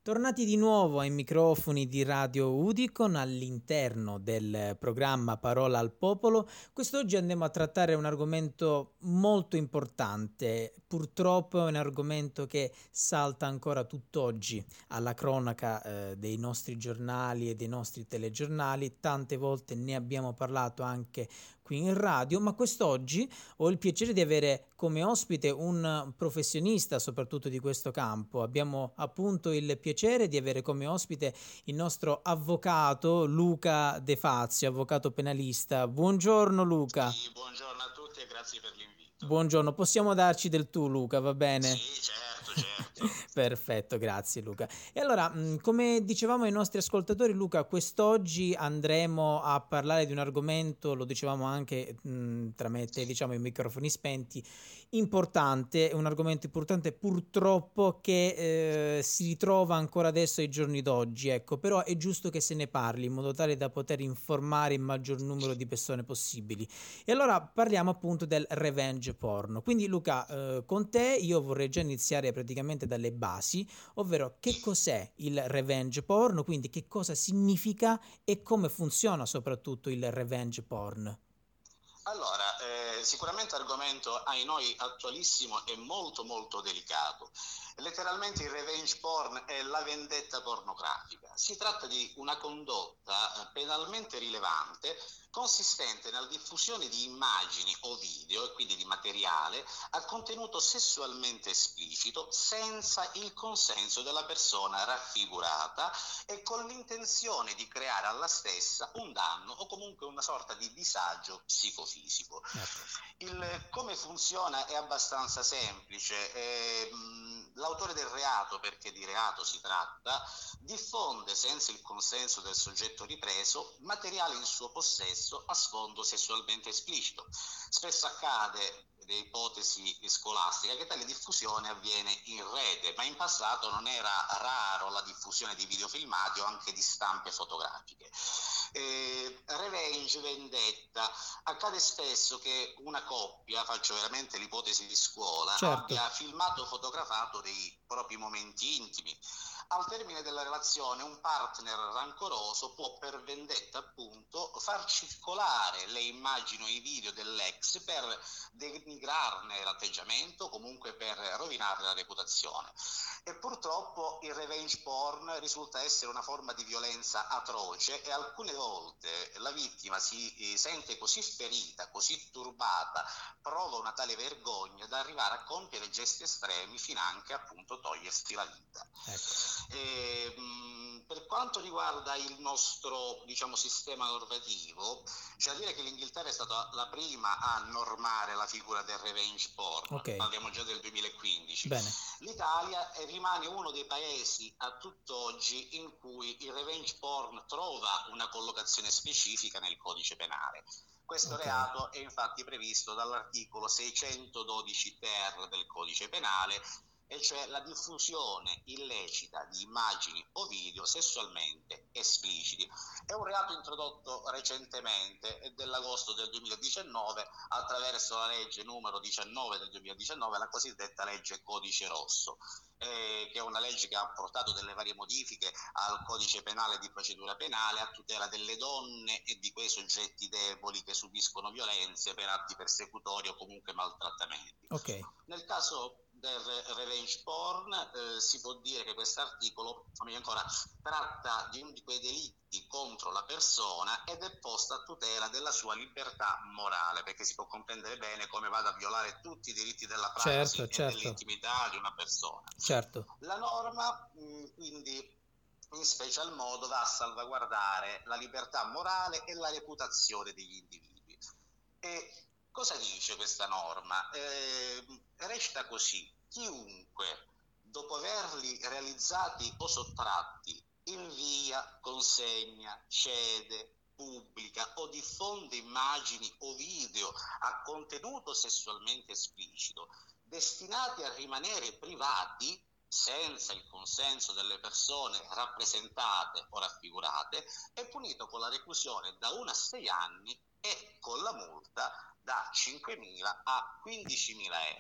Tornati di nuovo ai microfoni di Radio Udicon all'interno del programma Parola al Popolo. Quest'oggi andiamo a trattare un argomento molto importante, purtroppo è un argomento che salta ancora tutt'oggi alla cronaca dei nostri giornali e dei nostri telegiornali. Tante volte ne abbiamo parlato anche qui in radio, ma quest'oggi ho il piacere di avere come ospite un professionista soprattutto di questo campo. Abbiamo appunto il piacere di avere come ospite il nostro avvocato Luca De Fazio, avvocato penalista. Buongiorno Luca. Sì, buongiorno a tutti e grazie per l'invito. Buongiorno, possiamo darci del tu Luca, va bene? Sì, certo, certo. Perfetto, grazie Luca. E allora, come dicevamo ai nostri ascoltatori, Luca, quest'oggi andremo a parlare di un argomento, lo dicevamo anche tramite, diciamo, i microfoni spenti, importante, un argomento importante purtroppo che si ritrova ancora adesso ai giorni d'oggi, ecco, però è giusto che se ne parli in modo tale da poter informare il maggior numero di persone possibili. E allora parliamo appunto del revenge porno. Quindi Luca, con te io vorrei già iniziare praticamente dalle basi, ovvero che cos'è il revenge porno, quindi che cosa significa e come funziona soprattutto il revenge porn. Allora, sicuramente argomento ai noi attualissimo e molto molto delicato. Letteralmente il revenge porn è la vendetta pornografica. Si tratta di una condotta penalmente rilevante consistente nella diffusione di immagini o video e quindi di materiale a contenuto sessualmente esplicito senza il consenso della persona raffigurata e con l'intenzione di creare alla stessa un danno o comunque una sorta di disagio psicofisico. Come funziona è abbastanza semplice. L'autore del reato, perché di reato si tratta, diffonde senza il consenso del soggetto ripreso materiale in suo possesso a sfondo sessualmente esplicito. Spesso accade ipotesi scolastica che tale diffusione avviene in rete, ma in passato non era raro la diffusione di videofilmati o anche di stampe fotografiche. Revenge, vendetta, accade spesso che una coppia, faccio veramente l'ipotesi di scuola, Certo. abbia filmato o fotografato dei propri momenti intimi. Al termine della relazione un partner rancoroso può per vendetta appunto far circolare le immagini o i video dell'ex per denigrarne l'atteggiamento, comunque per rovinarne la reputazione. E purtroppo il revenge porn risulta essere una forma di violenza atroce e alcune volte la vittima si sente così ferita, così turbata, prova una tale vergogna da arrivare a compiere gesti estremi finanche appunto togliersi la vita. Per quanto riguarda il nostro, diciamo, sistema normativo, c'è da dire che l'Inghilterra è stata la prima a normare la figura del revenge porn. Ok. Parliamo già del 2015. Bene. L'Italia rimane uno dei paesi a tutt'oggi in cui il revenge porn trova una collocazione specifica nel codice penale. Questo reato è infatti previsto dall'articolo 612 ter del codice penale, e cioè la diffusione illecita di immagini o video sessualmente espliciti. È un reato introdotto recentemente, è dell'agosto del 2019, attraverso la legge numero 19 del 2019, la cosiddetta legge Codice Rosso, che è una legge che ha portato delle varie modifiche al codice penale di procedura penale a tutela delle donne e di quei soggetti deboli che subiscono violenze per atti persecutori o comunque maltrattamenti. Nel caso del revenge porn si può dire che quest'articolo ancora tratta di uno di quei delitti contro la persona ed è posta a tutela della sua libertà morale, perché si può comprendere bene come vada a violare tutti i diritti della privacy e dell'intimità di una persona. La norma quindi in special modo va a salvaguardare la libertà morale e la reputazione degli individui. E cosa dice questa norma? Recita così: chiunque, dopo averli realizzati o sottratti, invia, consegna, cede, pubblica o diffonde immagini o video a contenuto sessualmente esplicito destinati a rimanere privati senza il consenso delle persone rappresentate o raffigurate, è punito con la reclusione da 1 a 6 anni e con la multa da 5.000 a 15.000 euro.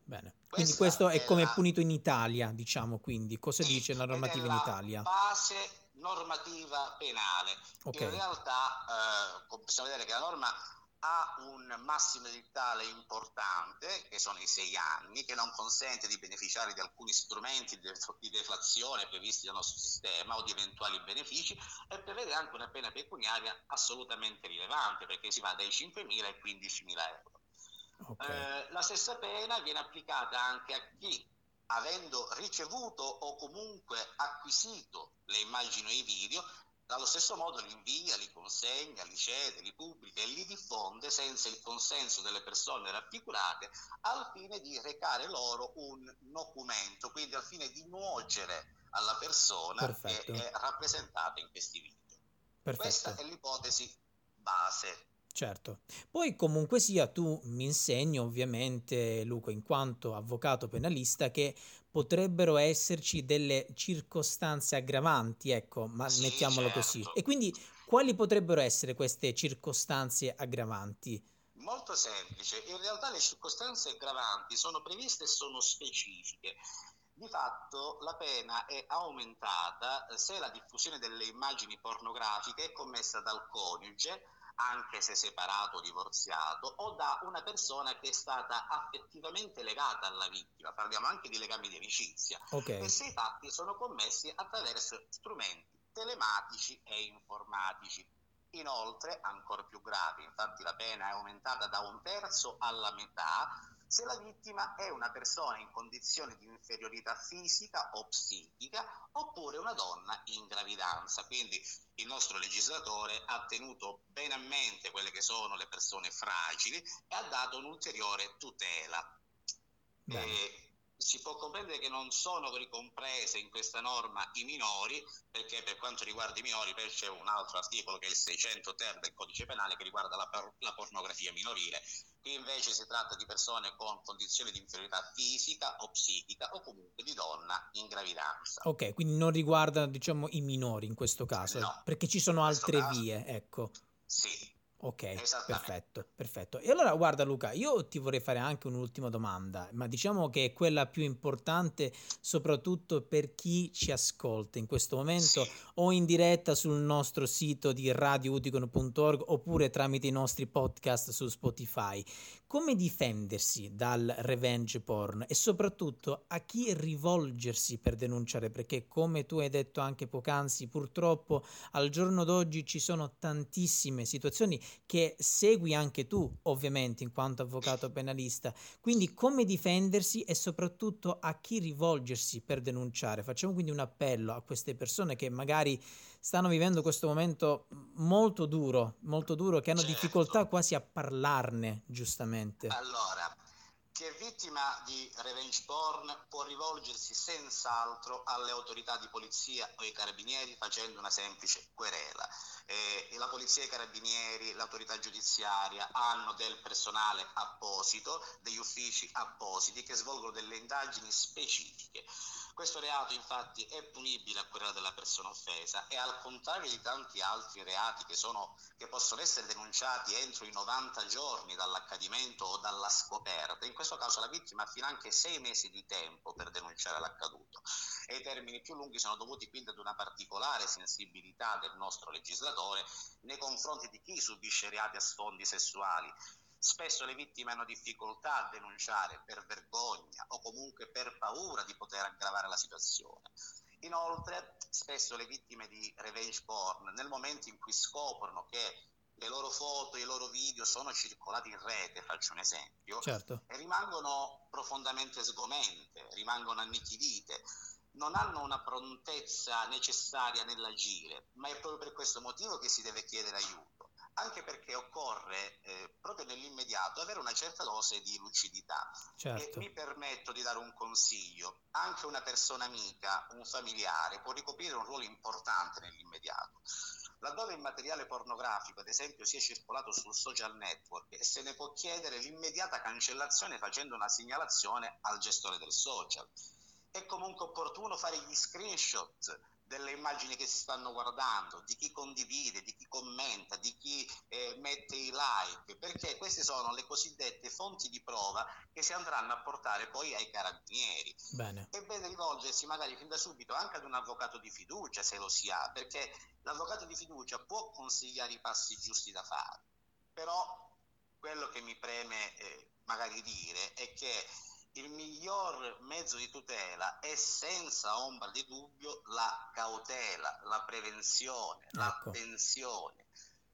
Bene. Quindi questo Questa è è come la, punito in Italia, diciamo, quindi cosa sì, dice la ed è normativa in la Italia? base normativa penale. Ok, In realtà possiamo vedere che la norma ha un massimo edittale importante, che sono i 6 anni, che non consente di beneficiare di alcuni strumenti di deflazione previsti dal nostro sistema o di eventuali benefici, e prevede anche una pena pecuniaria assolutamente rilevante, perché si va dai 5.000 ai 15.000 euro. ok, La stessa pena viene applicata anche a chi, avendo ricevuto o comunque acquisito le immagini o i video, allo stesso modo li invia, li consegna, li cede, li pubblica e li diffonde senza il consenso delle persone raffigurate, al fine di recare loro un nocumento, quindi al fine di nuocere alla persona che perfetto, è rappresentata in questi video. Questa perfetto. è l'ipotesi base. Certo. Poi comunque sia tu mi insegni ovviamente, Luca, in quanto avvocato penalista, che potrebbero esserci delle circostanze aggravanti, ecco, ma Sì, mettiamolo così. E certo. quindi quali potrebbero essere queste circostanze aggravanti? Molto semplice, in realtà le circostanze aggravanti sono previste e sono specifiche. Di fatto la pena è aumentata se la diffusione delle immagini pornografiche è commessa dal coniuge, anche se separato o divorziato, o da una persona che è stata affettivamente legata alla vittima, parliamo anche di legami di amicizia, Ok, e se i fatti sono commessi attraverso strumenti telematici e informatici. Inoltre, ancora più grave, infatti la pena è aumentata da 1/3 alla metà se la vittima è una persona in condizione di inferiorità fisica o psichica, oppure una donna in gravidanza. Quindi il nostro legislatore ha tenuto bene a mente quelle che sono le persone fragili e ha dato un'ulteriore tutela. bene. Si può comprendere che non sono ricomprese in questa norma i minori, perché per quanto riguarda i minori poi c'è un altro articolo che è il 600 ter del codice penale, che riguarda la pornografia minorile. Qui invece si tratta di persone con condizioni di inferiorità fisica o psichica, o comunque di donna in gravidanza. Ok, quindi non riguarda, diciamo, i minori in questo caso, No, perché ci in sono questo altre caso vie, ecco. sì, Ok, esattamente. perfetto, perfetto. E allora guarda Luca, io ti vorrei fare anche un'ultima domanda, ma diciamo che è quella più importante soprattutto per chi ci ascolta in questo momento Sì. o in diretta sul nostro sito di radiouticon.org oppure tramite i nostri podcast su Spotify. Come difendersi dal revenge porn e soprattutto a chi rivolgersi per denunciare? Perché come tu hai detto anche poc'anzi, purtroppo al giorno d'oggi ci sono tantissime situazioni che segui anche tu, ovviamente, in quanto avvocato penalista. Quindi come difendersi e soprattutto a chi rivolgersi per denunciare. Facciamo quindi un appello a queste persone che magari stanno vivendo questo momento molto duro, che hanno Certo. difficoltà quasi a parlarne, giustamente. Allora, chi è vittima di revenge porn può rivolgersi senz'altro alle autorità di polizia o ai carabinieri facendo una semplice querela. La polizia e i carabinieri, l'autorità giudiziaria hanno del personale apposito, degli uffici appositi che svolgono delle indagini specifiche. Questo reato infatti è punibile a querela della persona offesa e, al contrario di tanti altri reati che possono essere denunciati entro i 90 giorni dall'accadimento o dalla scoperta, in questo caso la vittima ha finanche 6 mesi di tempo per denunciare l'accaduto, e i termini più lunghi sono dovuti quindi ad una particolare sensibilità del nostro legislatore nei confronti di chi subisce reati a sfondi sessuali. Spesso le vittime hanno difficoltà a denunciare per vergogna o comunque per paura di poter aggravare la situazione. Inoltre, spesso le vittime di revenge porn, nel momento in cui scoprono che le loro foto e i loro video sono circolati in rete, faccio un esempio, Certo. rimangono profondamente sgomente, rimangono annichilite, non hanno una prontezza necessaria nell'agire, ma è proprio per questo motivo che si deve chiedere aiuto, anche perché occorre proprio nell'immediato avere una certa dose di lucidità. E Certo. mi permetto di dare un consiglio: anche una persona amica, un familiare può ricoprire un ruolo importante nell'immediato. Laddove il materiale pornografico, ad esempio, sia circolato sul social network, se ne può chiedere l'immediata cancellazione facendo una segnalazione al gestore del social. È comunque opportuno fare gli screenshot delle immagini che si stanno guardando, di chi condivide, di chi commenta, di chi mette i like, perché queste sono le cosiddette fonti di prova che si andranno a portare poi ai carabinieri. Bene. È bene rivolgersi magari fin da subito anche ad un avvocato di fiducia, se lo si ha, perché l'avvocato di fiducia può consigliare i passi giusti da fare, però quello che mi preme magari dire è che il miglior mezzo di tutela è senza ombra di dubbio la cautela, la prevenzione, Ecco. l'attenzione.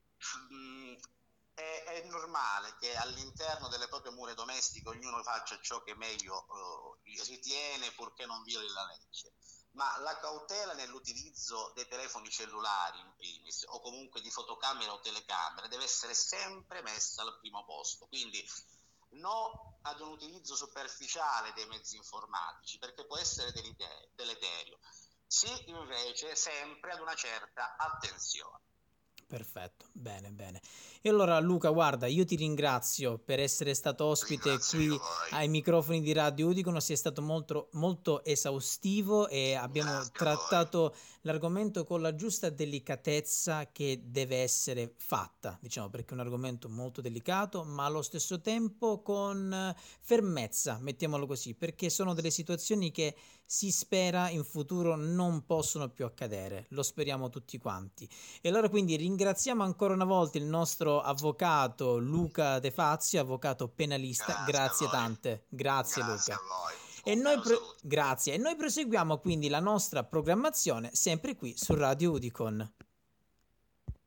È normale che all'interno delle proprie mura domestiche ognuno faccia ciò che meglio ritiene, purché non violi la legge, ma la cautela nell'utilizzo dei telefoni cellulari in primis, o comunque di fotocamere o telecamere, deve essere sempre messa al primo posto. Quindi no ad un utilizzo superficiale dei mezzi informatici, perché può essere deleterio. Sì, invece, sempre ad una certa attenzione. Perfetto, bene, bene. E allora Luca, guarda, io ti ringrazio per essere stato ospite qui ai microfoni di Radio Udicon, sei stato molto, molto esaustivo e abbiamo trattato l'argomento con la giusta delicatezza che deve essere fatta, diciamo, perché è un argomento molto delicato, ma allo stesso tempo con fermezza, mettiamolo così, perché sono delle situazioni che si spera in futuro non possono più accadere, lo speriamo tutti quanti. E allora quindi ringraziamo ancora una volta il nostro avvocato Luca De Fazio, avvocato penalista. Grazie tante. Grazie Luca. A voi. E grazie. E noi proseguiamo quindi la nostra programmazione sempre qui su Radio Udicon.